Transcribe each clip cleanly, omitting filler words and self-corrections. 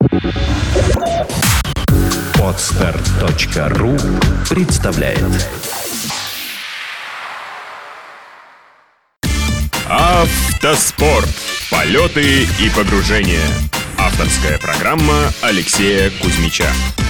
Podster.ru представляет Автоспорт. Полеты и погружения. Авторская программа Алексея Кузьмича.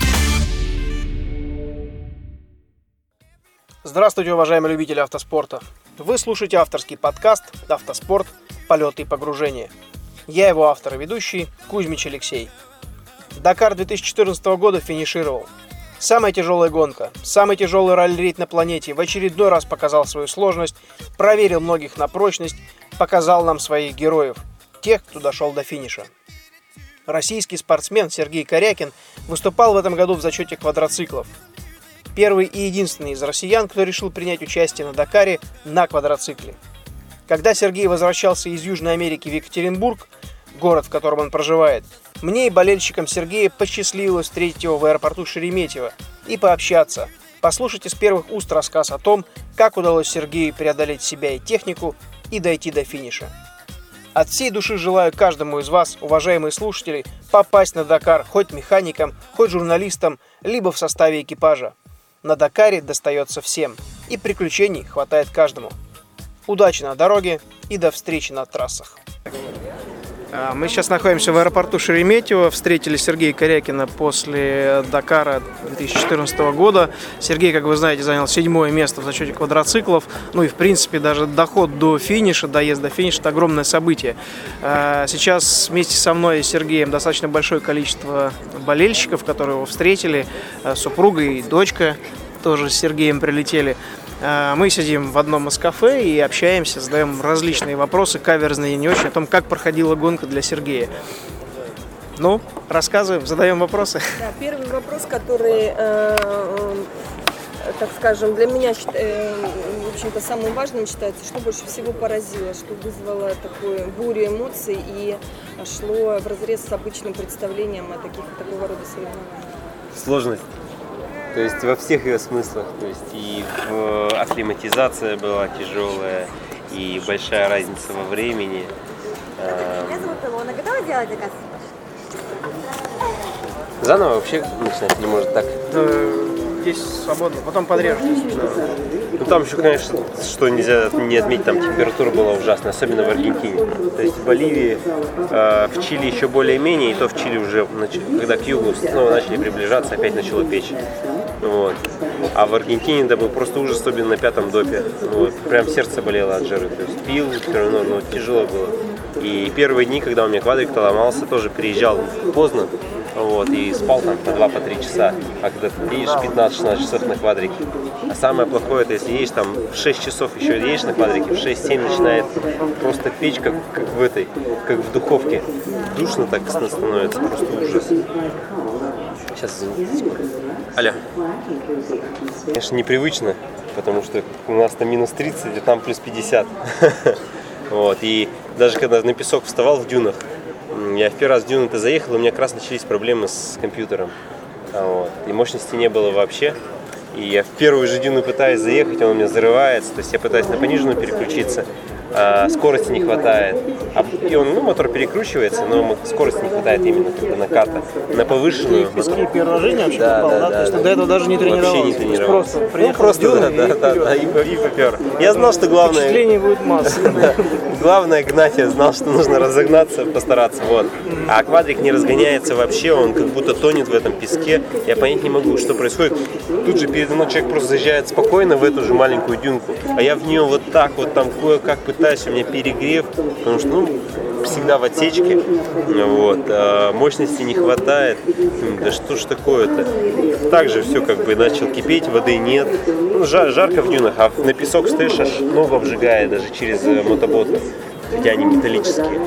Здравствуйте, уважаемые любители автоспорта. Вы слушаете авторский подкаст «Автоспорт. Полеты и погружения». Я его автор и ведущий Кузьмич Алексей. Дакар 2014 года финишировал. Самая тяжелая гонка, самый тяжелый ралли-рейд на планете в очередной раз показал свою сложность, проверил многих на прочность, показал нам своих героев, тех, кто дошел до финиша. Российский спортсмен Сергей Корякин выступал в этом году в зачете квадроциклов. Первый и единственный из россиян, кто решил принять участие на Дакаре на квадроцикле. Когда Сергей возвращался из Южной Америки в Екатеринбург, город, в котором он проживает, мне и болельщикам Сергея посчастливилось встретить его в аэропорту Шереметьево и пообщаться. Послушайте с первых уст рассказ о том, как удалось Сергею преодолеть себя и технику и дойти до финиша. От всей души желаю каждому из вас, уважаемые слушатели, попасть на Дакар хоть механиком, хоть журналистом, либо в составе экипажа. На Дакаре достается всем, и приключений хватает каждому. Удачи на дороге и до встречи на трассах. Мы сейчас находимся в аэропорту Шереметьево. Встретили Сергея Корякина после Дакара 2014 года. Сергей, как вы знаете, занял 7-е место в зачете квадроциклов. Ну и, в принципе, даже доход до финиша, доезд до финиша – это огромное событие. Сейчас вместе со мной и Сергеем достаточно большое количество болельщиков, которые его встретили. Супруга и дочка тоже с Сергеем прилетели. Мы сидим в одном из кафе и общаемся, задаем различные вопросы, каверзные и не очень, о том, как проходила гонка для Сергея. Ну, рассказываем, задаем вопросы. Да, первый вопрос, который, так скажем, для меня, в общем-то, самым важным считается, что больше всего поразило, что вызвало такую бурю эмоций и шло вразрез с обычным представлением о такого рода соревнованиях. Сложность. То есть во всех ее смыслах. То есть и акклиматизация была тяжелая, и большая разница во времени. Меня зовут Илона. Готова сделать заказ? Заново вообще начинать или может так? Здесь свободно, потом подрежут. Ну там еще, конечно, что нельзя не отметить, там температура была ужасная, особенно в Аргентине. То есть в Боливии, в Чили еще более-менее, и то в Чили уже, когда к югу снова начали приближаться, опять начало печь. Вот. А в Аргентине это был просто ужас, особенно на 5-м допе. Вот. Прям сердце болело от жары. То есть пил все равно, но тяжело было. И первые дни, когда у меня квадрик-то ломался, тоже переезжал поздно. Вот, и спал там по 2-3 часа, а когда ты едешь 15-16 часов на квадрике. А самое плохое, это если едешь там в 6 часов еще едешь на квадрике, в 6-7 начинает просто печь, как в этой, как в духовке. Душно так становится, просто ужас. Сейчас, извините, секунду. Алло. Конечно, непривычно, потому что у нас там минус 30, а там плюс 50. Вот, и даже когда на песок вставал в дюнах, я в первый раз в дюны-то заехал, и у меня как раз начались проблемы с компьютером. Вот. И мощности не было вообще. И я в первую же дюну пытаюсь заехать, он у меня зарывается. То есть я пытаюсь на пониженную переключиться, а скорости не хватает. И он, мотор перекручивается, но скорости не хватает именно как бы наката. На повышенную. Ты в песке первый раз в жизни вообще попал, да? То есть до этого даже не тренировался? Вообще не тренировался. Просто приехал в дюны и попер. Я знал, что главное... Впечатлений будет масса. Главное гнать, я знал, что нужно разогнаться, постараться, вот. А квадрик не разгоняется вообще, он как будто тонет в этом песке. Я понять не могу, что происходит. Тут же передо мной человек просто заезжает спокойно в эту же маленькую дюнку, а я в нее вот так вот там кое-как пытаюсь, у меня перегрев, потому что, всегда в отсечке, вот, мощности не хватает. Да что ж такое-то? Также все как бы начал кипеть, воды нет. Жарко в дюнах, а на песок стоишь, аж ногу обжигает даже через мотоботы. Хотя они металлические,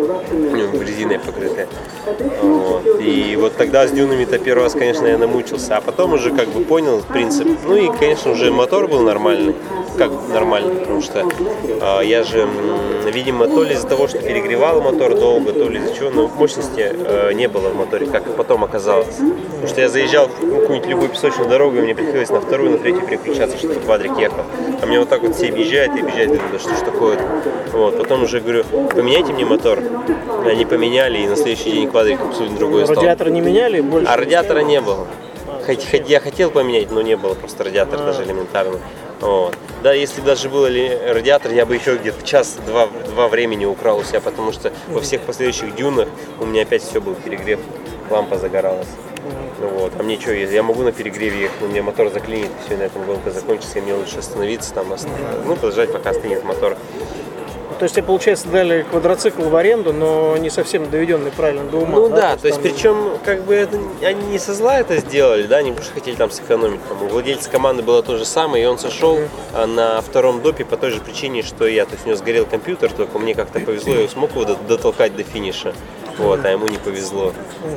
резиной покрытые. Вот. И вот тогда с дюнами-то первый раз, конечно, я намучился. А потом уже как бы понял принцип. Ну и, конечно, уже мотор был нормальный. Как нормальный, потому что Я же, видимо, то ли из-за того, что перегревал мотор долго, то ли из-за чего, но мощности не было в моторе, как потом оказалось. Потому что я заезжал в какую-нибудь любую песочную дорогу, и мне приходилось на вторую, на третью переключаться, чтобы квадрик ехал. А мне вот так вот все объезжают и объезжают, говорю, да что ж такое-то. Вот, потом уже говорю, поменяйте мне мотор. Они поменяли, и на следующий день квадрик абсолютно другой стал. Радиатор не меняли? Больше А радиатора не было. Я хотел поменять, но не было просто радиатора даже элементарно. Вот. Да, если бы даже был радиатор, я бы еще где-то час-два времени украл у себя, потому что во всех последующих дюнах у меня опять все был перегрев, лампа загоралась. Вот. А мне что, я могу на перегреве ехать, но мне мотор заклинит, и все, на этом гонка закончится, и мне лучше остановиться, там, подождать, пока остынет мотор. То есть тебе, получается, дали квадроцикл в аренду, но не совсем доведенный правильно до ума. Ну да, то есть причем как бы это, они не со зла это сделали, да, они просто хотели там сэкономить. Там, у владельца команды было то же самое, и он сошел на втором допе по той же причине, что и я. То есть у него сгорел компьютер, только мне как-то повезло, я смог его дотолкать до финиша, вот, а ему не повезло.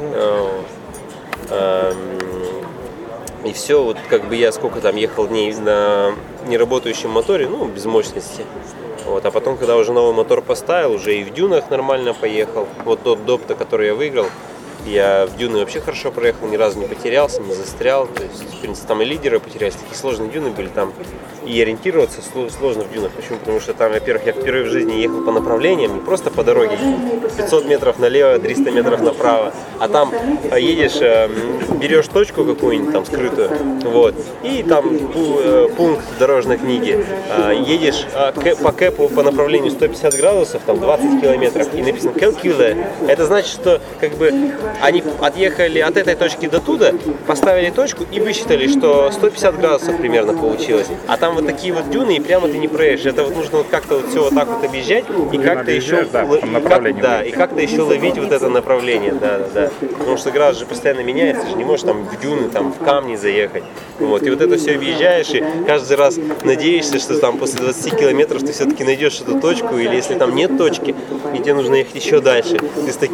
И все, вот как бы я сколько там ехал дней на неработающем моторе, ну, без мощности. Вот, а потом, когда уже новый мотор поставил, уже и в дюнах нормально поехал. Вот тот доп-то, который я выиграл, я в дюны вообще хорошо проехал, ни разу не потерялся, не застрял. То есть, в принципе, там и лидеры потерялись, такие сложные дюны были там. И ориентироваться сложно в дюнах. Почему? Потому что там, во-первых, я впервые в жизни ехал по направлениям, не просто по дороге, 500 метров налево, 300 метров направо. А там едешь, берешь точку какую-нибудь там скрытую, вот, и там пункт дорожной книги. Едешь по кэпу по направлению 150 градусов, там 20 километров, и написано calculate. Это значит, что как бы они отъехали от этой точки до туда, поставили точку и высчитали, что 150 градусов примерно получилось. А там вот такие вот дюны, и прямо ты не проедешь. Это вот нужно вот как-то вот все вот так вот объезжать и как-то еще, и как-то еще ловить вот это направление. Да. Потому что градус же постоянно меняется, же не можешь там в дюны, там в камни заехать. Вот. И вот это все объезжаешь, и каждый раз надеешься, что там после 20 километров ты все-таки найдешь эту точку, или если там нет точки, и тебе нужно ехать еще дальше. Ты с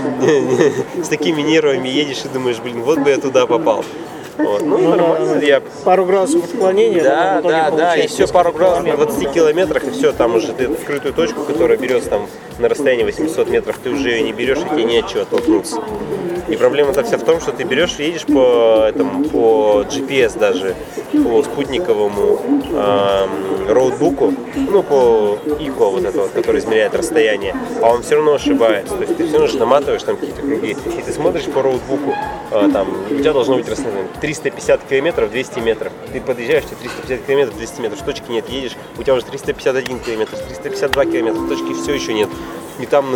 такими нервами едешь и думаешь, блин, вот бы я туда попал. Вот. Ну, нормально. Пару градусов отклонения. Да, и все, пару градусов на 20 километрах, и все, там уже ты вскрытую точку, которая берется там на расстоянии 800 метров, ты уже ее не берешь, и тебе не от чего оттолкнуться. И проблема-то вся в том, что ты берешь, едешь по GPS даже, по спутниковому роутбуку, ну, по ИКО вот этого, который измеряет расстояние, а он все равно ошибается. То есть ты все равно же наматываешь там какие-то круги, и ты смотришь по роутбуку, там, у тебя должно быть расстояние 350 километров, 200 метров. Ты подъезжаешь, тебе 350 километров, 200 метров, точки нет, едешь, у тебя уже 351 километр, 352 километра, точки все еще нет. И там на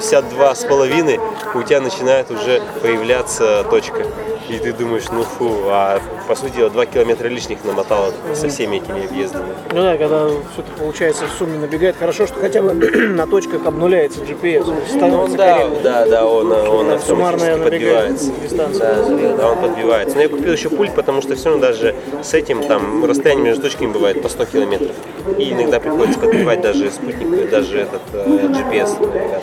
352,5 у тебя начинает уже появляться точка. И ты думаешь, ну фу, а по сути дела 2 километра лишних намотало со всеми этими объездами. Ну да, когда все это получается в сумме набегает, хорошо, что хотя бы на точках обнуляется GPS. Ну да, он автоматически подбивается. Да, он подбивается. Но я купил еще пульт, потому что все равно даже с этим там расстояние между точками бывает по 100 километров. И иногда приходится подбивать даже спутник, даже этот GPS.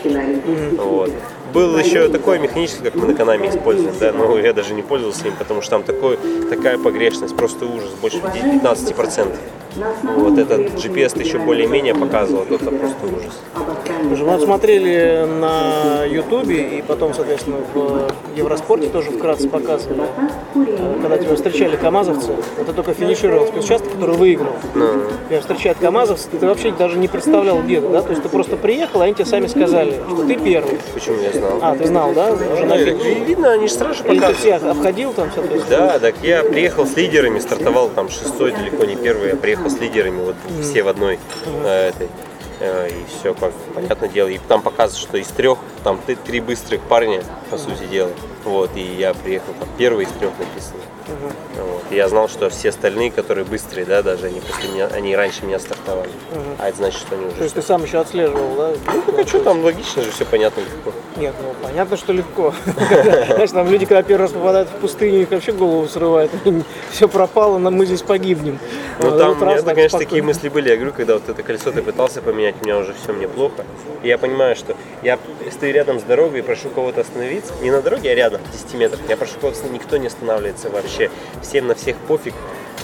Вот. Был еще такой механический, как мы на Канаме используем, да, но я даже не пользовался им, потому что там такая погрешность, просто ужас, больше 15%. Вот этот GPS еще более-менее показывал, это просто ужас. Мы отсмотрели на Ютубе и потом, соответственно, в Евроспорте тоже вкратце показывали, когда тебя встречали камазовцы, это только финишировал спецучасток, который выиграл. Тебя встречают камазовцы, ты вообще даже не представлял где-то, да? То есть ты просто приехал, а они тебе сами сказали, что ты первый. Почему я знал? А, ты знал, да? Уже видно, они же сразу показывают. Или ты всех обходил там, соответственно? Да, так я приехал с лидерами, стартовал там 6-й, далеко не первый, я приехал с лидерами, вот все в одной этой. И все, как понятное дело. И там показывают, что из 3, там 3 быстрых парня, по сути дела. Вот, и я приехал, там первый из 3 написано. Вот. И я знал, что все остальные, которые быстрые, да, даже они после меня, они раньше меня стартовали. А это значит, что они уже. То есть ты сам еще отслеживал, да? Ну, так а что там, логично же, все понятно, легко. Нет, ну понятно, что легко. Знаешь, там люди, когда первый раз попадают в пустыню, их вообще голову срывает. Все пропало, мы здесь погибнем. Ну там, у меня, конечно, такие мысли были. Я говорю, когда вот это колесо ты пытался поменять, у меня уже все, мне плохо. И я понимаю, что я стою рядом с дорогой и прошу кого-то остановиться. Не на дороге, а рядом, в 10 метрах. Я прошу кого-то, никто не останавливается вообще. Всем на всех пофиг.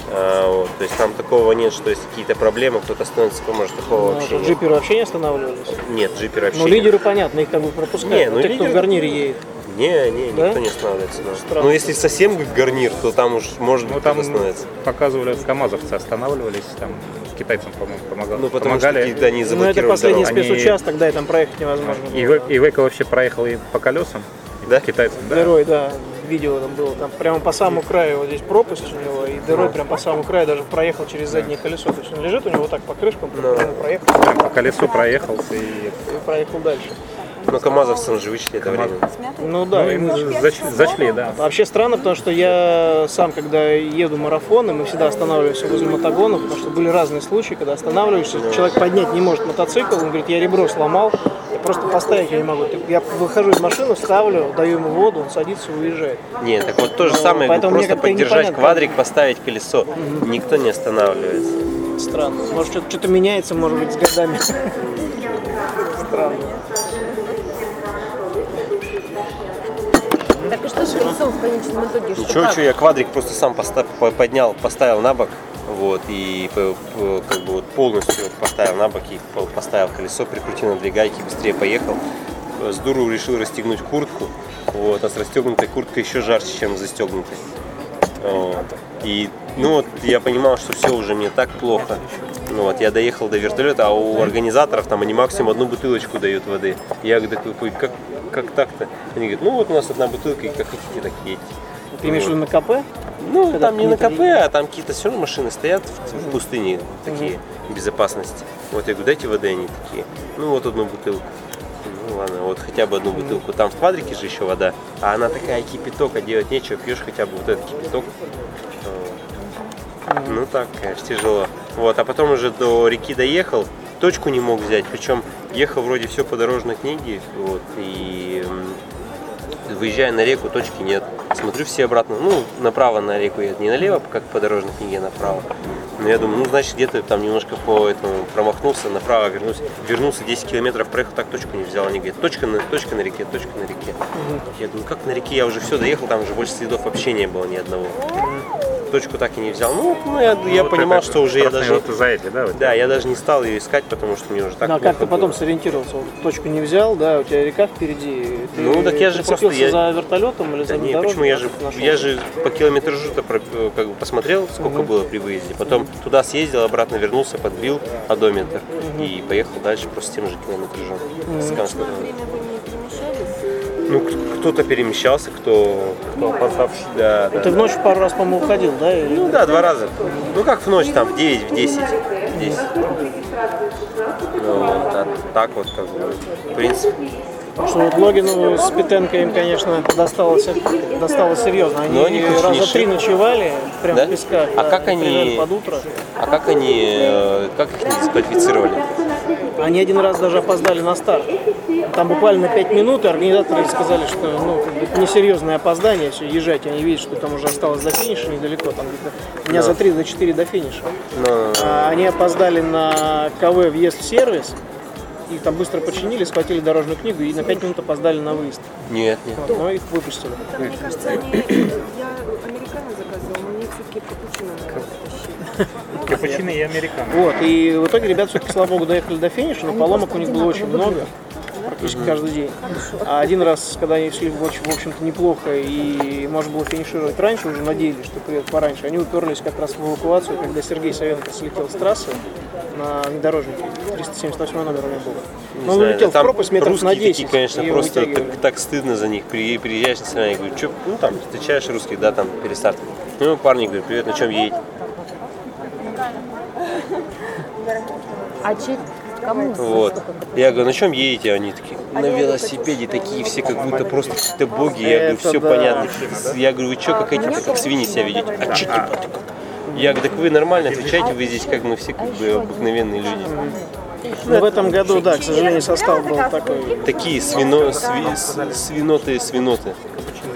Вот, то есть там такого нет, что есть какие-то проблемы, кто-то остановится, может, такого вообще нет. Джиперы вообще не останавливались? Нет, джиперы вообще Ну, лидеры, понятно, их как бы пропускают. Не, ну, те, кто в гарнире едет. Не, Да? никто не останавливается. Да. Странно. Ну, если совсем как гарнир, то там уж может быть там кто-то остановится. показывали, КамАЗовцы останавливались, там китайцам, по-моему, помогали. Ну, потому помогали. что они Ну, это заблокировали последний дорогу. спецучасток, да, и там проехать невозможно. Ивейко вообще проехал и по колесам, Да? китайцам, да. Дырой, да, видео там было, там прямо по самому краю, вот здесь пропасть у него, и дырой прям по самому краю даже проехал через заднее колесо. То есть он лежит у него вот так по крышкам, прямо проехал Прям по колесу проехал и и проехал дальше. Но КамАЗовцам же вычли это время. Ну да, им зашли, да. вообще странно, потому что я сам, когда еду марафоны, мы всегда останавливаемся возле мотогонов, потому что были разные случаи, когда останавливаешься, человек поднять не может мотоцикл, он говорит, я ребро сломал, я просто поставить я не могу. Я выхожу из машины, ставлю, даю ему воду, он садится и уезжает. Нет, так вот то же самое, поэтому мне просто как-то поддержать непонятно. квадрик, поставить колесо. Никто не останавливается. Странно. Может, что-то меняется, может быть, с годами. Странно. Так и что же колесо в конечном итоге? Ничего, я квадрик просто сам поднял, поставил на бок, вот, и как бы вот полностью поставил на бок и поставил колесо, прикрутил на две гайки, быстрее поехал. С дуру решил расстегнуть куртку, вот, а с расстегнутой курткой еще жарче, чем с застегнутой. Вот. И ну вот я понимал, что все уже мне так плохо. Ну вот, я доехал до вертолета, а у организаторов там они максимум одну бутылочку дают воды. Я говорю, как так-то? Они говорят, ну вот у нас одна бутылка, и как хотите, так едете. Ты имеешь в виду на КП? Ну, Когда там не на какие-то КП, а там какие-то все равно машины стоят в пустыне, такие, безопасности. Вот я говорю, дайте воды, они такие, ну вот одну бутылку. Ну ладно, вот хотя бы одну бутылку. Там в квадрике же еще вода, а она такая кипяток, а делать нечего, пьешь хотя бы вот этот кипяток. Ну так, конечно, тяжело. Вот, а потом уже до реки доехал, точку не мог взять, причем ехал вроде все по дорожной книге, вот, и выезжая на реку, точки нет. Смотрю все обратно, ну, направо на реку едет, не налево, как по дорожной книге, а направо. Но я думаю, ну, значит, где-то там немножко по этому промахнулся, направо вернулся 10 километров, проехал, так точку не взял. Они говорят, точка на реке, точка на реке. Я думаю, как на реке, я уже все доехал, там уже больше следов вообще не было ни одного. Точку так и не взял. Ну я вот понимал, это что уже я даже... Вот за эти, да? Вот. Да, я даже не стал ее искать, потому что мне уже так Ну, а плохо как ты потом было. сориентировался? Вот точку не взял, да, у тебя река впереди. Ты Ну, так я же просто- прицепился за вертолетом или Да за не, дорогой? почему? Я же по километражу-то как бы посмотрел, сколько было при выезде. Потом туда съездил, обратно вернулся, подбил одометр и поехал дальше просто с тем же километражом. С Камского. Ну, кто-то перемещался, кто опоздавший. Да, Ты в ночь пару раз, по-моему, уходил, да? или- Ну да, 2 раза. Ну как в ночь, там, в 9, в 10. Ну, вот, а так вот, как бы, в принципе. Что вот Логину с Питенко им, конечно, досталось серьезно. Они, Но они хоть не раза 3 шибко. ночевали прямо Да? в песках. А да, как они- примерно под утро. А как их не дисквалифицировали? Они один раз даже опоздали на старт. Там буквально 5 минут, и организаторы сказали, что ну, как бы, это несерьезное опоздание, все, езжайте. Они видят, что там уже осталось до финиша недалеко, там где-то дня за 3-4 до финиша. Они опоздали на КВ въезд в сервис, их там быстро починили, схватили дорожную книгу и на 5 минут опоздали на выезд. Нет. Но их выпустили. Мне кажется, я американо заказывала, но мне все-таки капучино надо тащить. Капучино и американо. Вот, и в итоге ребята все-таки, слава богу, доехали до финиша, но поломок у них было очень много, практически каждый день. А один раз, когда они шли, в общем-то, неплохо, и можно было финишировать раньше, уже надеялись, что приедут пораньше, они уперлись как раз в эвакуацию, когда Сергей Савенко слетел с трассы на внедорожнике, 378 номер у него был. Не Но он знаю, улетел в там пропасть метров русские на 10. такие, конечно, и его просто вытягивали. так стыдно за них. Приезжаешь на соревнования, говорю, что, ну там, встречаешь русских, да, там, перестарт. Ну, парни, говорю, привет, на чем едете? А кому? Вот. Я говорю, на чем едете? Они такие, на велосипеде, такие все, как будто просто какие-то боги. Я говорю, Это все да. понятно. Я говорю, вы что, как эти, как свиньи себя ведете? А че типа? Я говорю, так вы нормально отвечаете, вы здесь как мы все как бы обыкновенные люди. Но в этом году, да, к сожалению, состав был такой. Такие свиноты.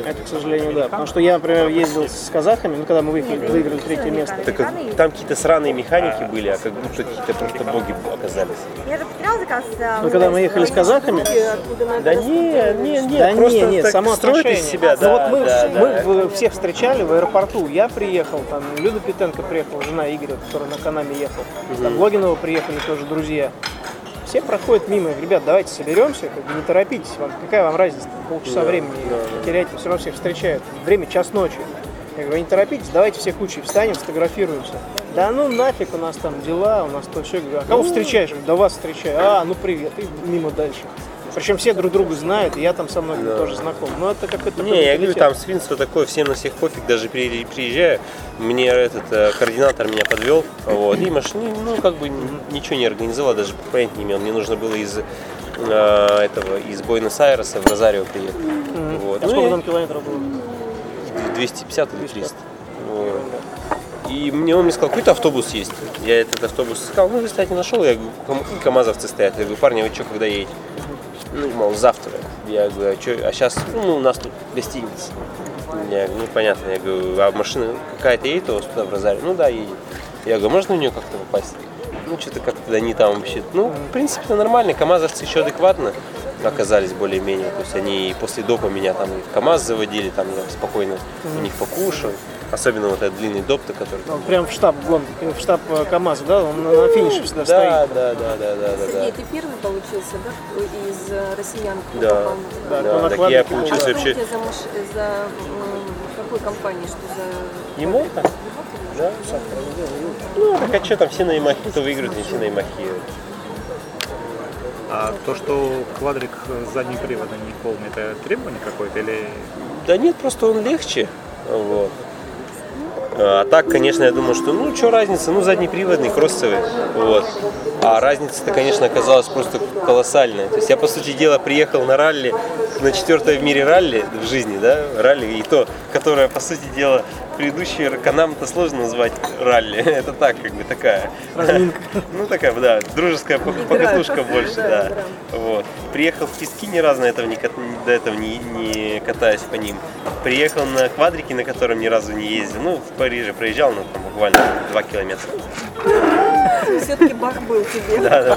Это, к сожалению, да. Потому что я, например, ездил с казахами, когда мы выиграли 3-е место. Так, там какие-то сраные механики были, а как будто какие-то просто боги оказались. Когда мы ехали с казахами... Да нет, Да просто нет, так само строят отношение. из себя, Ну, вот да. мы всех встречали в аэропорту. Я приехал, там Люда Питенко приехала, жена Игоря, который на Канаме ехал. Там Логинова приехали тоже друзья. Все проходят мимо. Ребят, давайте соберемся, как бы не торопитесь. Какая вам разница? Полчаса времени теряете, все равно всех встречают. Время час ночи. Я говорю, не торопитесь, давайте все кучей встанем, сфотографируемся. Да ну нафиг, у нас там дела, у нас то все. А кого встречаешь? Да вас встречаю. Ну привет, и мимо дальше. Причем все друг друга знают, и я там со многими тоже знаком. Но это какой-то... Не, я говорю, там свинство такое, всем на всех пофиг, даже приезжаю, мне этот координатор меня подвел, вот, и машина, как бы ничего не организовал, даже понять не имел, мне нужно было из Буэнос-Айреса в Розарио приехать. Вот. А сколько там километров было? 250 или 300. Вот. И он мне сказал, какой-то автобус есть. Я этот автобус искал, вы, кстати, нашел, я говорю, камазовцы стоят. Я говорю, парни, вы что, когда едете? Мол, завтра. Я говорю, а сейчас, у нас тут гостиница. Я говорю, понятно. Я говорю, а машина какая-то едет у вас туда, в Розарио? Да, едет. Я говорю, можно в нее как-то попасть? Что-то как-то они там вообще, в принципе, нормально. Камазовцы еще адекватно оказались более-менее. То есть они после допа меня там и в КамАЗ заводили, там я спокойно у них покушал. Особенно вот этот длинный доп-то, который... Он прям в штаб гонки, в штаб КамАЗа, да? Он на финише всегда стоит. Да. Сергей, ты первый получился, да, из россиян? Да, так я получился вообще... За какой компании, что за... Емота? Да. Так а что там, все на Ямахе, кто выиграет, не все на Ямахе. А то, что квадрик с задним приводом не полный, это требование какое-то или... Да нет, просто он легче. Вот. А так, конечно, я думал, что что разница, заднеприводный, кроссовый, вот. А разница-то, конечно, оказалась просто колоссальная. То есть я, по сути дела, приехал на ралли, на 4-е в мире ралли в жизни, да, ралли, и то, которое, по сути дела, предыдущий Канам-то сложно назвать ралли, это так, как бы такая, такая, да, дружеская покатушка больше, да, вот. Приехал в пески ни разу до этого не катаясь по ним, приехал на квадрике, на котором ни разу не ездил, в Париже проезжал, там буквально 2 километра. Все-таки бах был тебе. Да.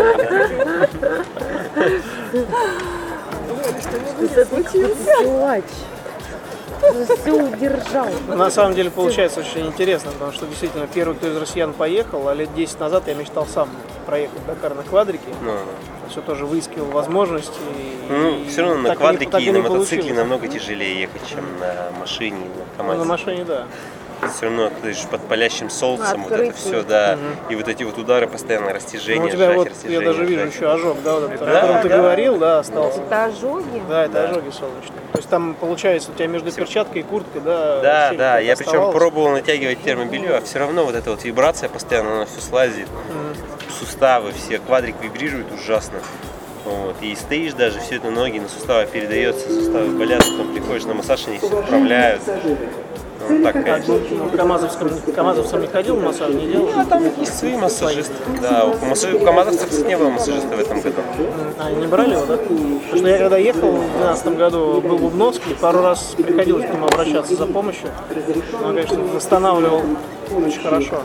Все удержал. На самом деле получается очень интересно, потому что действительно первый, кто из россиян поехал, а лет 10 назад я мечтал сам проехать Дакар на квадрике. Все тоже выискивал возможности. Все равно на квадрике и на мотоцикле намного тяжелее ехать, чем на машине, на КамАЗе. На машине, да. Все равно ты же под палящим солнцем, вот это все, да, и вот эти вот удары постоянно, растяжение, у тебя растяжение. Я даже вижу еще ожог, да, о котором ты говорил, да, остался. Это ожоги? Да, это ожоги солнечные. То есть там получается у тебя между перчаткой и курткой, да. Да, я причем пробовал натягивать термобелье, а все равно вот эта вот вибрация постоянно, она все слазит, суставы все, квадрик вибрирует ужасно. Вот. И стоишь даже, все это ноги на суставы передается, суставы болят, потом приходишь на массаж, они все управляют. Так, конечно. КамАЗовцам не ходил, массаж не делал? Там есть свои массажисты. Да, у КамАЗовцев, кстати, не было массажиста в этом году. А, не брали его, да? Потому что я когда ехал в 2012 году, был в Бубновске, пару раз приходилось к нему обращаться за помощью. Он, конечно, восстанавливал очень хорошо.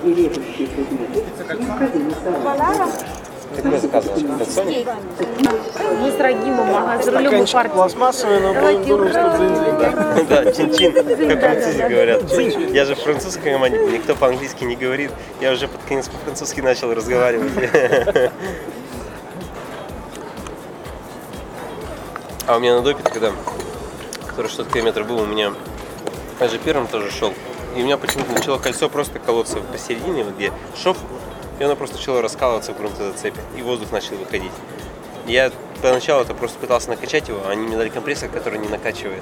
Ты мне заказывал Panasonic? Мы с Рагимом, за рулем Стаканчик партии. пластмассовый, но был здорово, что дзынь-дзынь. Да, чин-чин, как французы говорят. Я же в французской команде, никто по-английски не говорит. Я уже под конец по-французски начал разговаривать. А у меня на допе, который 600 километров был, у меня я же первым тоже шел. И у меня почему-то начало кольцо просто колоться посередине, вот где шов. И оно просто начало раскалываться в грунтовой цепи, и воздух начал выходить. Я поначалу это просто пытался накачать его, а они мне дали компрессор, который не накачивает.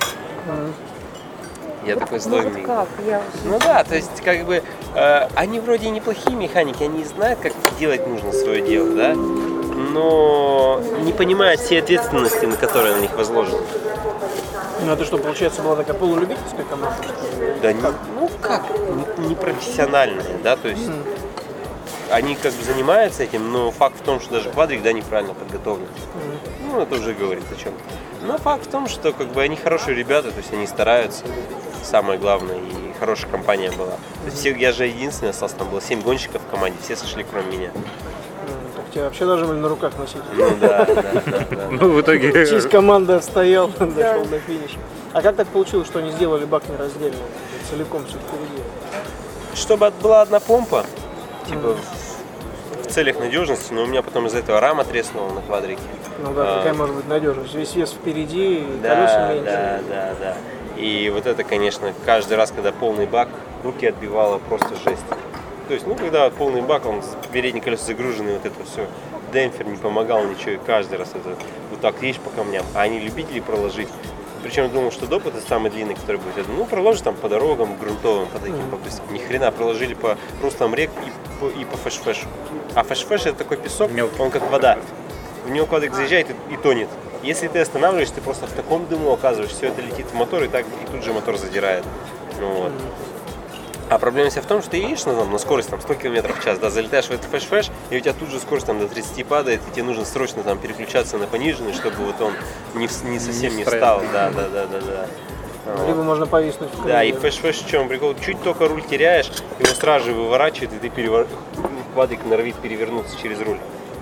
Я такой злой. Как? То есть они вроде неплохие механики, они знают, как делать нужно свое дело, да? Но не понимают всей ответственности, на которые на них возложено. Ну это что, получается, была такая полулюбительская команда? Да не профессиональная, да, то есть... они как бы занимаются этим, но факт в том, что даже квадрик, да, неправильно подготовлен. Ну, это уже говорит о чем. Но факт в том, что как бы они хорошие ребята, то есть они стараются, самое главное, и хорошая компания была. То есть я же единственный остался, там было 7 гонщиков в команде, все сошли, кроме меня. Так тебя вообще должны были на руках носить. Ну да. Ну, в итоге... Часть команды отстоял, дошел до финиша. А как так получилось, что они сделали бак нераздельным? Целиком все впереди? Чтобы была одна помпа, типа в целях надежности, но у меня потом из-за этого рама треснула на квадрике. Ну да, какая может быть надежность? Весь вес впереди, и колеса меньше. Да. И вот это, конечно, каждый раз, когда полный бак, руки отбивало просто жесть. То есть, когда полный бак, он передние колеса загружены, вот это все, демпфер не помогал ничего, и каждый раз это вот так едешь по камням. А они любители проложить. Причем я думал, что доп это самый длинный, который будет. Я думаю, проложишь там по дорогам грунтовым, по таким, по быстрым. Ни хрена, проложили по руслам рек и по фэш-фэшу. А фэш-фэш это такой песок, он как вода. В него квадрик заезжает и тонет. Если ты останавливаешься, ты просто в таком дыму оказываешься, все это летит в мотор, и тут же мотор задирает. Вот. А проблема вся в том, что ты едешь на скорость 100 км в час, да, залетаешь в этот фэш-фэш, и у тебя тут же скорость до 30 падает, и тебе нужно срочно переключаться на пониженный, чтобы вот он не совсем не встал. Да. Либо можно повиснуть в Да, и фэш-фэш в чем прикол? Чуть только руль теряешь, его сразу же выворачивает, и ты квадрик норовит перевернуться через руль.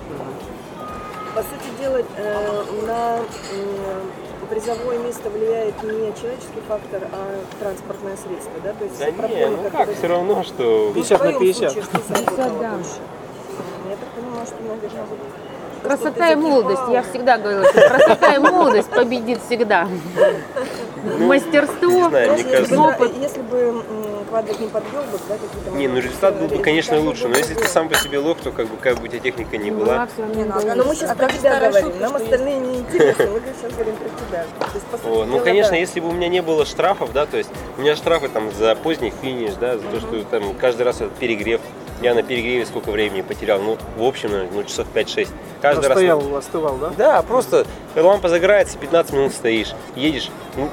По сути дела, на призовое место влияет не человеческий фактор, а транспортное средство, да? То есть Да не, все равно, что... 50 на 50. 50, да. Я так понимаю, что, наверное, вот... Красота и молодость. Я всегда говорила, что красота и молодость победит всегда. Мастерство, не знаю, мне кажется... опыт. Если бы квадрик не подвел бы, да, какие-то... Не, результат был бы, конечно, лучше, но если ты сам по себе лох, то какая бы у тебя техника ни была... Но мы сейчас про тебя говорим, нам остальные не интересны, мы сейчас говорим про тебя. Ну, конечно, если бы у меня не было штрафов, да, то есть у меня штрафы за поздний финиш, да, за то, что там каждый раз этот перегрев. Я на перегреве сколько времени потерял, в общем, часов 5-6. Каждый раз... Стоял, остывал, да? Да, просто лампа загорается, 15 минут стоишь, едешь,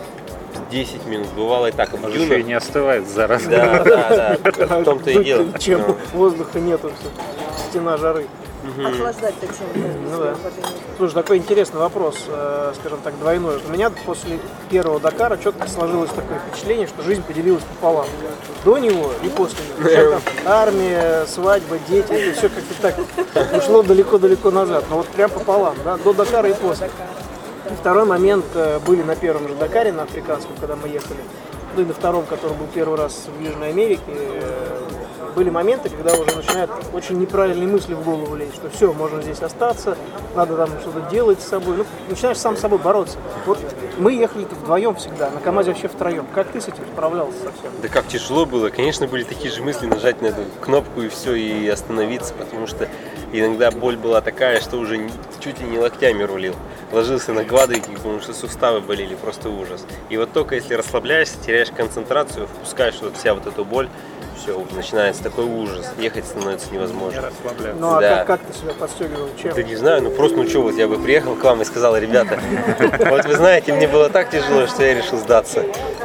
10 минут, бывало и так. Может, еще и не остывает, зараза. Да, в том-то и дело. Чем воздуха нету, стена жары. Охлаждать-то чем? Ну да. Слушай, такой интересный вопрос, скажем так, двойной. У меня после первого Дакара четко сложилось такое впечатление, что жизнь поделилась пополам. До него и после него. Армия, свадьба, дети, это все как-то так ушло далеко-далеко назад. Но вот прям пополам, да, до Дакара и после. И второй момент, были на первом же Дакаре, на африканском, когда мы ехали, ну и на втором, который был первый раз в Южной Америке, были моменты, когда уже начинают очень неправильные мысли в голову лезть, что все, можно здесь остаться, надо там что-то делать с собой. Начинаешь сам с собой бороться. Вот мы ехали-то вдвоем всегда, на КамАЗе вообще втроем. Как ты с этим справлялся совсем? Да как тяжело было. Конечно, были такие же мысли, нажать на эту кнопку и все, и остановиться, потому что иногда боль была такая, что уже чуть ли не локтями рулил. Ложился на квадрики, потому что суставы болели, просто ужас. И вот только если расслабляешься, теряешь концентрацию, впускаешь вся вот эту боль, все, начинается такой ужас. Ехать становится невозможно. Ну а да. как ты себя подстегивал? Чем? Да не знаю, просто вот я бы приехал к вам и сказал: ребята, вот вы знаете, мне было так тяжело, что я решил сдаться.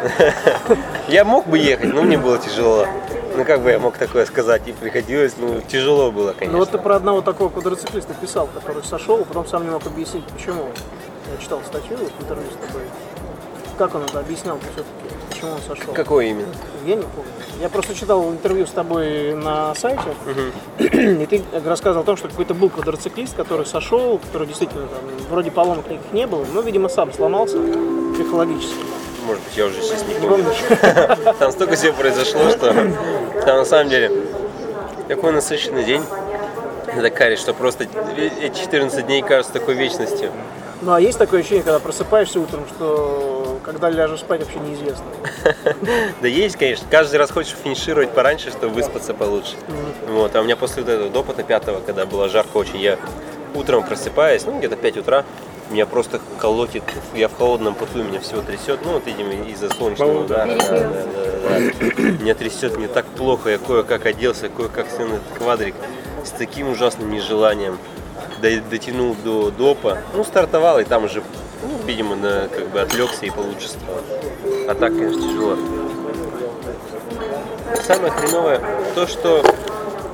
Я мог бы ехать, но мне было тяжело. Как бы я мог такое сказать, и приходилось, тяжело было, конечно. Ну вот ты про одного такого квадроциклиста писал, который сошел, а потом сам не мог объяснить, почему. Я читал статью в интервью с тобой. Как он это объяснял все-таки, почему он сошел? Какое именно? Я не помню. Я просто читал интервью с тобой на сайте, и ты рассказывал о том, что какой-то был квадроциклист, который сошел, который действительно там, вроде поломок никаких не было, но, видимо, сам сломался психологически. Может быть, я уже сейчас не помню. Там столько всего произошло, что там на самом деле такой насыщенный день на Дакаре, что просто эти 14 дней кажутся такой вечностью. Ну а есть такое ощущение, когда просыпаешься утром, что когда ляжешь спать, вообще неизвестно? Да есть, конечно. Каждый раз хочешь финишировать пораньше, чтобы выспаться получше. Вот. А у меня после вот этого допыта 5-го, когда было жарко очень, я утром просыпаюсь, где-то 5 утра, меня просто колотит, я в холодном поту, меня всего трясет, видимо, из-за солнечного удара. Да. Меня трясет, мне так плохо, я кое-как оделся, кое-как сел на этот квадрик с таким ужасным нежеланием. Дотянул до допа, стартовал, и там уже, видимо, отвлекся и получше стало. А так, конечно, тяжело. Самое хреновое то, что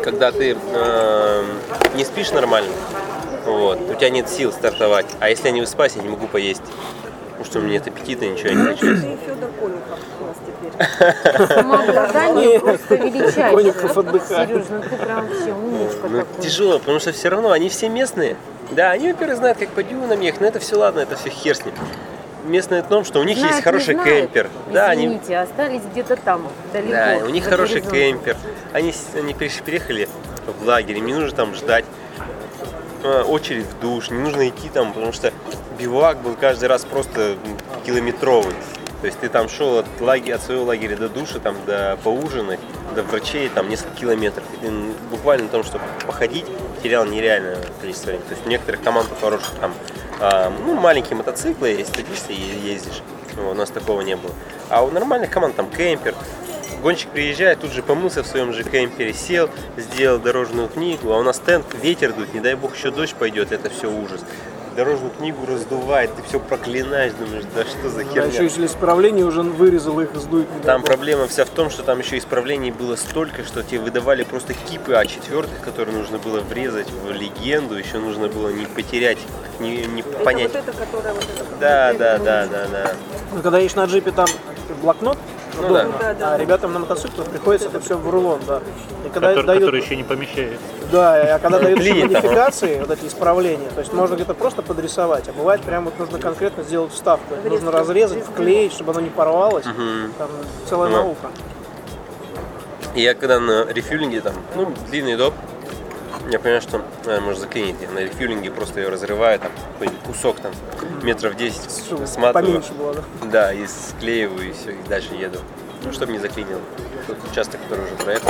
когда ты не спишь нормально, вот, у тебя нет сил стартовать, а если я не выспаюсь, я не могу поесть. Потому что у меня нет аппетита, ничего я не хочу. Ты Федор Конюхов у нас теперь. Самообладание просто величайшее. Конюхов отдыхает. Сереж, ну ты прям вообще умничка Ну, такой. тяжело, потому что все равно они все местные. Да, они, во-первых, знают, как по дюнам ехать, но это все ладно, это все хер с ним. Местное в том, что у них Знают, есть хороший не знают. кемпер. Да, они, Извините, остались где-то там, далеко. да, у них за хороший горизонтом. кемпер. Они переехали в лагерь, им не нужно там ждать очередь в душ, не нужно идти там, потому что бивуак был каждый раз просто километровый. То есть ты там шел от своего лагеря до душа, там, до поужинать, до врачей, там несколько километров. И ты буквально на том, чтобы походить, терял нереальное количество времени. То есть у некоторых команд хороших там маленькие мотоциклы, если садишься и ездишь. У нас такого не было. А у нормальных команд там кемпер. Гонщик приезжает, тут же помылся в своем же кемпере, сел, сделал дорожную книгу, а у нас тент, ветер дует, не дай бог еще дождь пойдет, это все ужас. Дорожную книгу раздувает, ты все проклинаешь, думаешь, да что за А херня. еще если исправление уже вырезал их, сдует. не дай Там бог. проблема вся в том, что там еще исправлений было столько, что тебе выдавали просто кипы А4, которые нужно было врезать в легенду, еще нужно было не потерять, не Это понять. вот это, которое вот это. Да. Ну, когда едешь на джипе, там блокнот, Ну удобно, да. а ребятам на мотоциклах приходится это все в рулон, да. И когда Который, дают, который еще не помещает. да, а когда дают еще Клинит там. модификации, вот эти исправления, то есть можно где-то просто подрисовать, а бывает прям вот нужно конкретно сделать вставку. Это нужно разрезать, вклеить, чтобы оно не порвалось. Там целая Ну. наука. И я когда на рефюлинге там, длинный доп, я понимаю, что можно заклинить. Я на рефюлинге просто ее разрываю, там, какой-нибудь кусок там, метров 10 Чтобы сматываю. поменьше было, да? Да, и склеиваю, и все, и дальше еду. Ну, чтобы не заклинило. Тут участок, который уже проехал.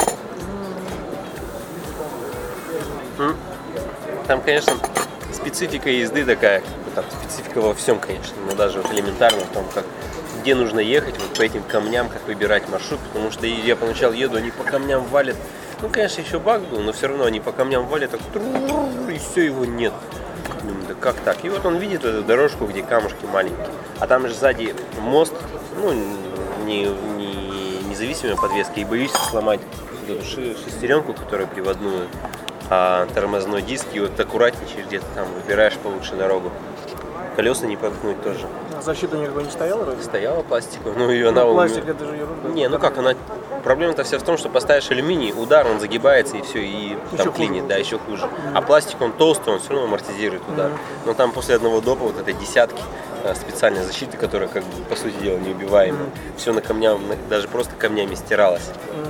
Там, конечно, специфика езды такая, там специфика во всем, конечно, но даже вот элементарно в том, как где нужно ехать, вот по этим камням, как выбирать маршрут, потому что я поначалу еду, они по камням валят. Ну, конечно, еще баг был, но все равно они по камням валят, так и все, его нет. Думаю, да как так? И вот он видит эту дорожку, где камушки маленькие, а там же сзади мост, независимой подвески, и боюсь сломать вот эту шестеренку, которая приводную, а тормозной диск, и вот аккуратничаешь где-то там, выбираешь получше дорогу. Колеса не проткнуть тоже. А защита никакой не стояла вроде? Стояла пластиковая, ну и она... Пластик это же ерунда. Не, ну как, она... Проблема-то вся в том, что поставишь алюминий, удар, он загибается и все, и там Еще клинит, хуже. да, еще хуже. А пластик, он толстый, он все равно амортизирует удар. Но там после одного допа вот этой десятки специальной защиты, которая, как бы, по сути дела, неубиваемая. Все на камнях, даже просто камнями стиралось.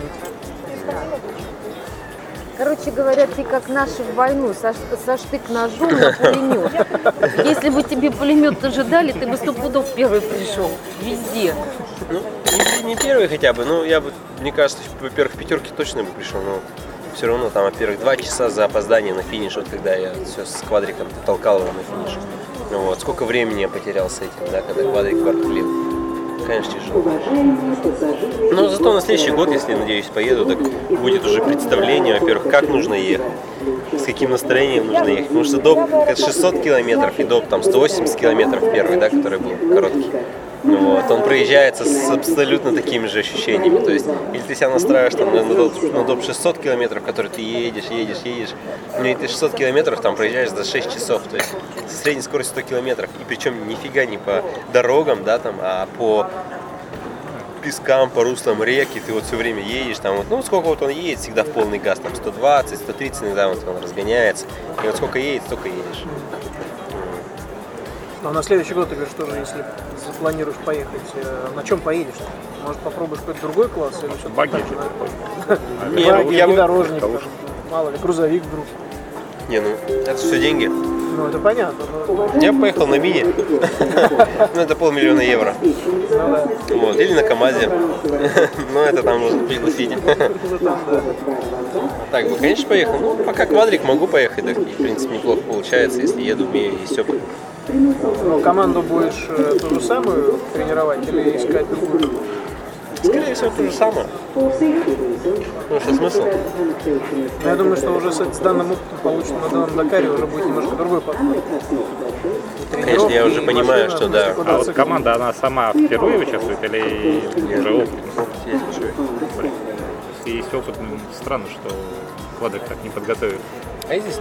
Короче говоря, ты как наши в войну, со штык-ножом на пулемет. Если бы тебе пулемет ожидали, ты бы 100 пудов первый пришел. Везде. Ну, не первый хотя бы, но я бы, мне кажется, во-первых, в пятерке точно бы пришел, но все равно там, во-первых, 2 часа за опоздание на финиш, вот когда я все с квадриком толкал его на финиш. Ну, вот, сколько времени я потерял с этим, да, когда квадрик барклил. Конечно, тяжело. Но зато на следующий год, если, надеюсь, поеду, так будет уже представление, во-первых, как нужно ехать, с каким настроением нужно ехать. Потому что доп 600 километров и доп там 180 километров первый, да, который был короткий. Вот, он проезжается с абсолютно такими же ощущениями. То есть, или ты себя настраиваешь там, на доп 600 километров, который ты едешь, ну и ты 600 километров там проезжаешь за 6 часов. То есть, со средней скоростью 100 километров. И причем нифига не по дорогам, да, там, а по пескам, по руслам реки, ты вот все время едешь, там, вот, ну, сколько вот он едет, всегда в полный газ, там, 120, 130, иногда вот он разгоняется. И вот сколько едет, столько едешь. А на следующий год, ты говоришь, тоже, если запланируешь поехать, на чем поедешь? Может, попробуешь какой-то другой класс? Или что-то Багги. Багги, я бы- внедорожник, там, мало ли, грузовик вдруг. Не, ну, это все деньги. Ну, это понятно. Но... Я поехал на мини, ну это 500 000 евро, вот, или на КамАЗе, но это там нужно пригласить. Так бы, конечно, поехал, ну пока квадрик могу поехать, так, и, в принципе, неплохо получается, если еду, умею, есть опыт. Ну, команду будешь ту же самую тренировать или искать другую? Скорее всего, то же самое. Ну что, смысл? Но я думаю, что уже с данным опытом, полученным на данном Дакаре, уже будет немножко другой подход. И Конечно, я уже тренировки, и понимаю, машина, что да. вместе А вот квадроцикл. команда, она сама впервые участвует или уже опыт? если есть опыт, странно, что квадрик так не подготовили. А здесь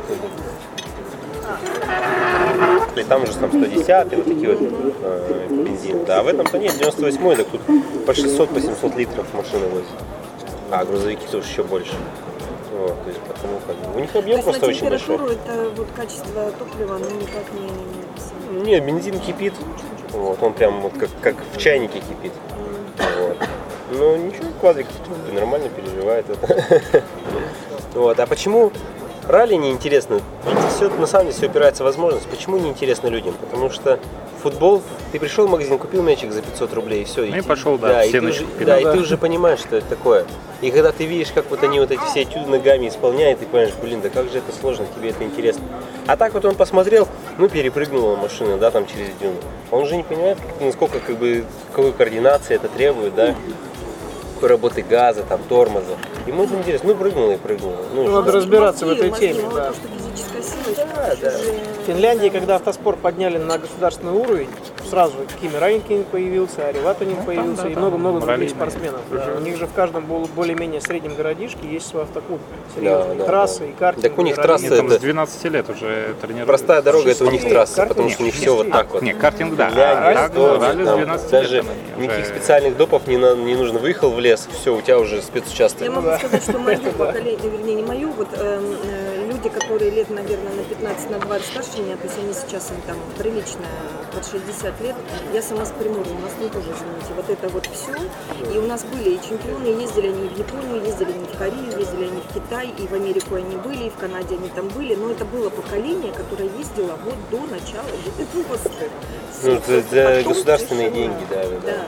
и там уже там 110 вот такие вот бензин. Да, а в этом-то нет, 98-й, так тут по 600-700 литров машины возят. А грузовики тоже еще больше. Вот, то есть потому как у них объем просто очень большой. Это вот качество топлива, оно никак не... Нет, бензин кипит. Вот, он прям вот как в чайнике кипит. Вот. Ну ничего, квадрик нормально переживает это. Вот, а почему ралли неинтересно? Видите, все на самом деле все опирается в возможность. Почему неинтересно людям? Потому что футбол, ты пришел в магазин, купил мячик за 500 рублей и все. Ну и пошел, да, и ты уже понимаешь, что это такое. И когда ты видишь, как вот они вот эти все этюды ногами исполняют, ты понимаешь, блин, да как же это сложно, тебе это интересно. А так вот он посмотрел, ну перепрыгнула машина, да, там через дюну. Он же не понимает, насколько какой координации это требует, да. Работы газа, там, тормоза. Ему это интересно. Ну, прыгнула и прыгнула. Ну, надо разбираться в этой теме. Да. Да. То, что физическая сила, Да. В Финляндии, когда автоспорт подняли на государственный уровень, сразу Кими Räikkönen появился, Ари Ватанен появился и много-много других спортсменов. Да. У них же в каждом более-менее среднем городишке есть свой автоклуб. Серьезные трассы и картинг. Так у них трассы там с 12 лет уже тренируются. Простая дорога, это у них трасса, потому что у них все вот так вот. Не, картинг, да. Ралли с 12 даже никаких специальных допов не нужно. Выехал в лес, все, у тебя уже спецучасток. Я могу сказать, что мое поколение, вернее не мое, вот люди, которые лет, наверное, на 15, на 20 старше меня, то есть они сейчас им там прилично под 60 лет, я сама с Приморья, у нас не тоже, извините, вот это вот все. И у нас были и чемпионы, ездили они в Японию, ездили они в Корею, ездили они в Китай, и в Америку они были, и в Канаде они там были, но это было поколение, которое ездило вот до начала 90-х. Ну, это государственные деньги, да.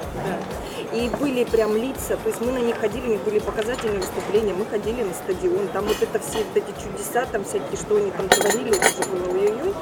И были прям лица, то есть мы на них ходили, у них были показательные выступления, мы ходили на стадион, там вот это все вот эти чудеса, там всякие, что они там творили, это же было ой-ой-ой.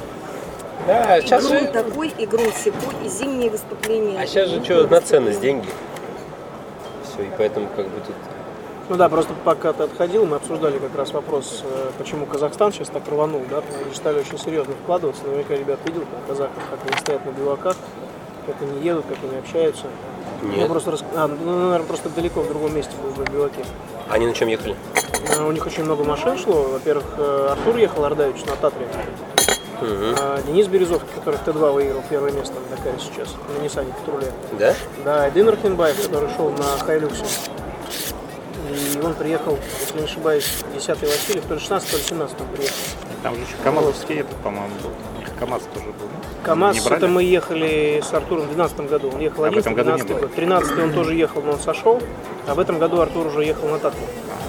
Да, и грунт такой, и грунт секой, и зимние выступления. А сейчас же что, на ценность деньги. Все, и поэтому как бы тут... Ну да, просто пока ты отходил, мы обсуждали как раз вопрос, почему Казахстан сейчас так рванул, да, они стали очень серьезно вкладываться, наверняка ребят видел, как казахов, как они стоят на биваках, как они едут, как они общаются. Нет. Наверное, просто далеко в другом месте был в биваке. Они на чем ехали? У них очень много машин шло. Во-первых, Артур ехал Ардавич на Татре. А Денис Березовский, который в Т2 выиграл первое место на Дакаре сейчас, на Ниссане Патруле. Да? Да, Эдин Рахинбаев, который шел на Хайлюксе. И он приехал, если не ошибаюсь, 10-й Васильев, то ли 16, то ли 17 он приехал. Там же еще КамАЗовский, это, по-моему, был. У них КамАЗ тоже был. КамАЗ, это мы ехали с Артуром в 2012 году. Он ехал 11, 12 год. 13 он тоже ехал, но он сошел. А в этом году Артур уже ехал на Татре.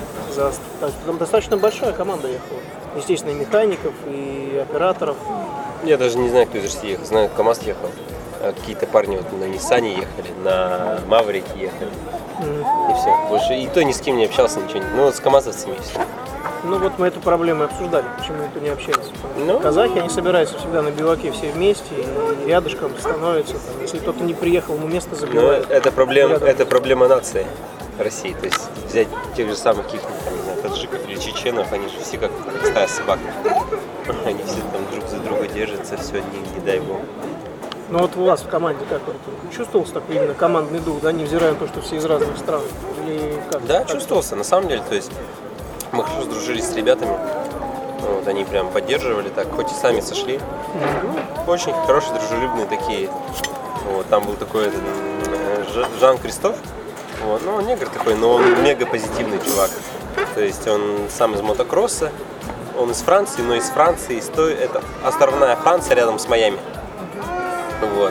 Там достаточно большая команда ехала. Естественно, и механиков, и операторов. Я даже не знаю, кто из России ехал. Знаю, КамАЗ ехал. Какие-то парни вот на Ниссане ехали, на Маврике ехали. И все. Больше и то ни с кем не общался, ничего не. Ну вот с КамАЗовцами и все. Ну вот мы эту проблему обсуждали, почему никто не общается. Казахи, они собираются всегда на биваке все вместе, и рядышком становятся. Там, если кто-то не приехал, ему место забивают. Это проблема нации России. То есть взять тех же самых каких-нибудь, там, не знаю, таджиков или чеченов, они же все как стая собак. Они все там друг за друга держатся, все, не дай бог. Ну вот у вас в команде как вот чувствовался такой именно командный дух, да, невзирая на то, что все из разных стран? Или как? Да, чувствовался, на самом деле, то есть мы хорошо сдружились с ребятами, вот, они прям поддерживали так, хоть и сами сошли. Очень хорошие, дружелюбные такие. Вот, там был такой Жан-Кристоф, вот, ну он негр такой, но он мега позитивный чувак. То есть он сам из мотокросса, он из Франции, но из Франции, это островная Франция рядом с Майами. Вот.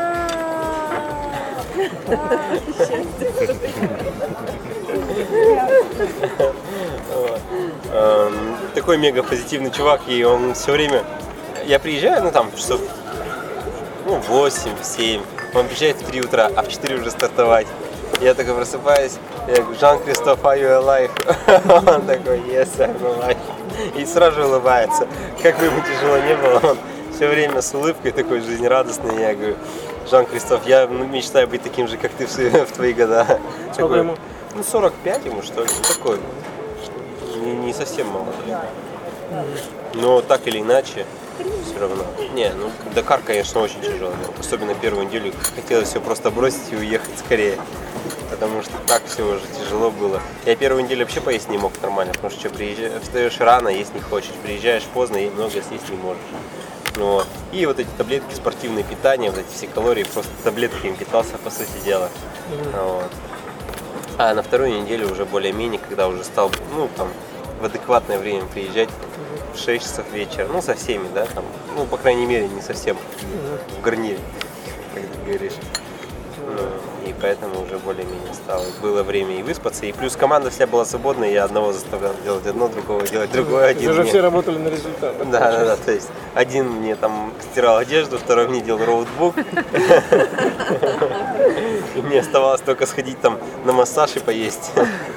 Такой мега позитивный чувак, и он все время... Я приезжаю, ну там часов 8-7, он приезжает в 3 утра, а в 4 уже стартовать. Я такой просыпаюсь, я говорю, Жан-Кристоф, are you alive? Он такой, yes, I'm alive. И сразу же улыбается. Как бы ему тяжело не было, он все время с улыбкой такой жизнерадостный. Я говорю, Жан-Кристоф, я мечтаю быть таким же, как ты в твои года. Сколько ему? 45 ему, что ли, такой. Не совсем молодой. Но так или иначе, все равно. Дакар, конечно, очень тяжелый был. Особенно первую неделю хотелось все просто бросить и уехать скорее. потому что так все уже тяжело было. Я первую неделю вообще поесть не мог нормально, потому что встаешь рано, есть не хочешь, приезжаешь поздно и много съесть не можешь. Вот. И вот эти таблетки, спортивное питание, вот эти все калории, просто таблетками питался, по сути дела. Вот. А на вторую неделю уже более-менее, когда уже стал, ну, там, в адекватное время приезжать, в 6 часов вечера, ну, со всеми, да, там, ну, по крайней мере, не совсем в гарнире, как ты говоришь. Ну, и поэтому уже более-менее стало. Было время и выспаться, и плюс команда вся была свободная, я одного заставлял делать одно, другого делать другое. Один Уже мне... все работали на результат. Да, то есть один мне там стирал одежду, второй мне делал роутбук. И мне оставалось только сходить там на массаж и поесть.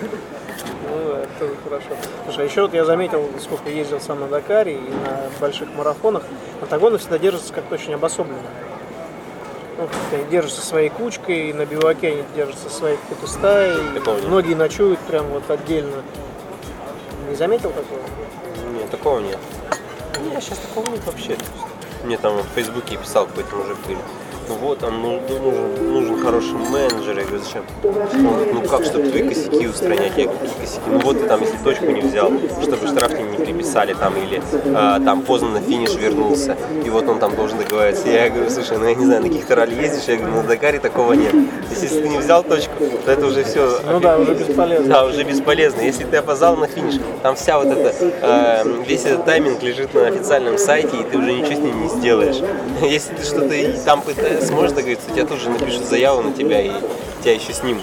Ну, это хорошо. Слушай, а еще вот я заметил, сколько ездил сам на Дакаре и на больших марафонах, Патагоны всегда держатся как-то очень обособленно. Ну, они держатся своей кучкой, на биваке они держатся своей какой-то стаей. Многие ночуют прям вот отдельно. Не заметил такого? Нет, такого нет. Нет, сейчас такого нет вообще. Мне там в Фейсбуке писал какой-то мужик, говорит, ну вот, там нужен хороший менеджер. Я говорю, зачем? Ну как, чтобы твои косяки устранять? Я говорю, какие косяки? Ну вот ты там, если точку не взял, чтобы штраф тебе не приписали там, или там поздно на финиш вернулся, и вот он там должен договориться. Я говорю, слушай, ну я не знаю, на каких-то ралли ездишь? Я говорю, на Дакаре такого нет. То есть, если ты не взял точку, то это уже все... Ну да, уже бесполезно. Да, уже бесполезно. Если ты опоздал на финиш, там вся вот эта, весь этот тайминг лежит на официальном сайте, и ты уже ничего с ним не сделаешь. Если ты что-то и там сможешь договориться, тебя тут же напишут заяву на тебя, и тебя еще снимут.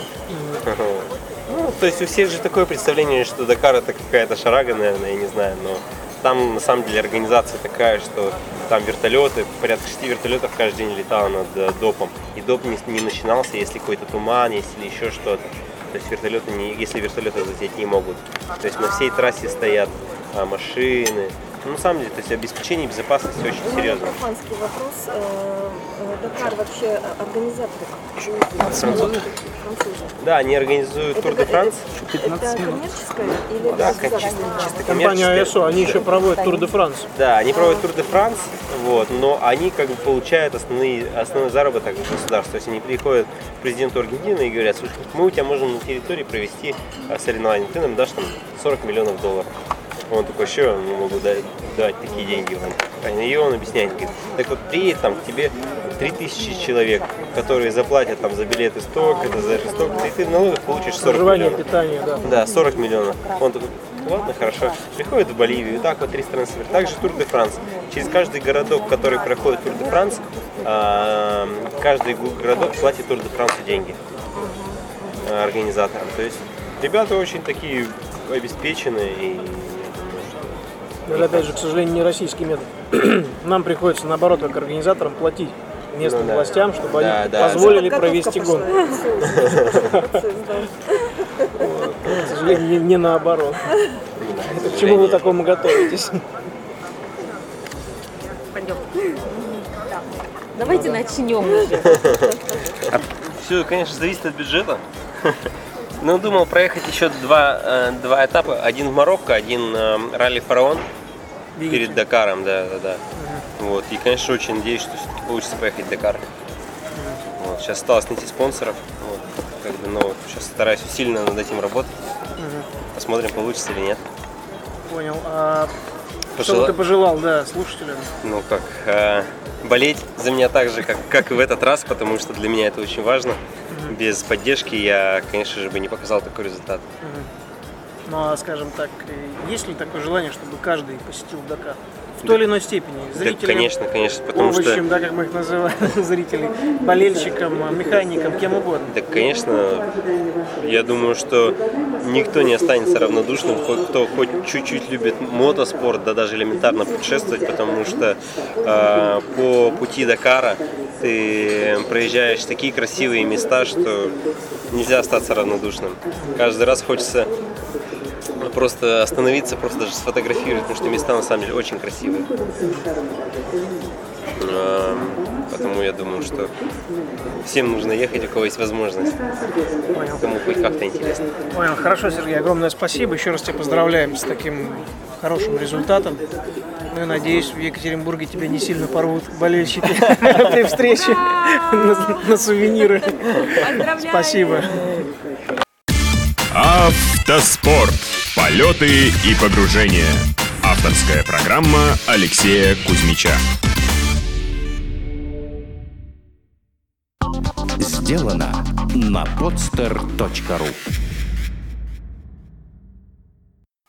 Ну, то есть у всех же такое представление, что Дакар это какая-то шарага, наверное, я не знаю, но там на самом деле организация такая, что там вертолеты, порядка 6 вертолетов каждый день летало над допом. И доп не начинался, если какой-то туман, если еще что-то. То есть вертолеты если вертолеты взлететь не могут. То есть на всей трассе стоят машины. Ну, на самом деле, то есть обеспечение безопасности очень серьезно. Профанский вопрос. Дакар вообще организаторы? Французы. Да, они организуют Тур де Франс. Это коммерческая или Да, чисто Компания АСО, они еще проводят Тур де Франс. Да, они проводят Тур де Франс, вот, но они как бы получают основной заработок государства. То есть они приходят к президенту Аргентины и говорят, слушай, мы у тебя можем на территории провести соревнования, ты нам дашь там $40 миллионов. Он такой, что я не могу дать такие деньги вам? И он объясняет, говорит, так вот приедет там к тебе 3000 человек, которые заплатят там за билеты столько, за это столько, и ты в налогах получишь 40 миллионов. Питание, да. Да, 40 миллионов. Он такой, ладно, хорошо. Приходит в Боливию, так вот 3 страны. Также Тур де Франс. Через каждый городок, который проходит Тур де Франс, каждый городок платит Тур де Франсу деньги организаторам. То есть ребята очень такие обеспеченные и... Это, опять же, к сожалению, не российский метод. Нам приходится, наоборот, как организаторам платить местным властям, чтобы они позволили провести гонку. К сожалению, не наоборот. К чему вы такому готовитесь? Пойдем. Давайте начнем уже. Все, конечно, зависит от бюджета. Ну, думал проехать еще два этапа. Один в Марокко, один ралли Фараон перед Дакаром, да. Вот. И, конечно, очень надеюсь, что все-таки получится поехать в Дакар. Вот. Сейчас осталось найти спонсоров. Вот. Как бы, но сейчас стараюсь усиленно над этим работать. Посмотрим, получится или нет. Понял. Что бы ты пожелал, слушателям? Ну как, болеть за меня так же, как и в этот раз, потому что для меня это очень важно. Без поддержки я, конечно же, бы не показал такой результат. Ну а, скажем так, есть ли такое желание, чтобы каждый посетил Дакар? В той или иной степени? Зрителям, да, конечно, потому овощем, что... как мы их называем, зрителей, болельщикам, механикам, кем угодно. Да, конечно, я думаю, что никто не останется равнодушным, кто хоть чуть-чуть любит мотоспорт, да даже элементарно путешествовать, потому что по пути Дакара ты проезжаешь такие красивые места, что нельзя остаться равнодушным. Каждый раз хочется просто остановиться, просто даже сфотографировать, потому что места на самом деле очень красивые. Поэтому я думаю, что всем нужно ехать, у кого есть возможность. Понял. Кому хоть как-то интересно. Понял. Хорошо, Сергей, огромное спасибо. Еще раз тебя поздравляем с таким хорошим результатом. Ну и надеюсь, в Екатеринбурге тебя не сильно порвут болельщики при встрече на сувениры. Спасибо. Автоспорт. Полеты и погружения. Авторская программа Алексея Кузьмича. Сделано на podster.ru.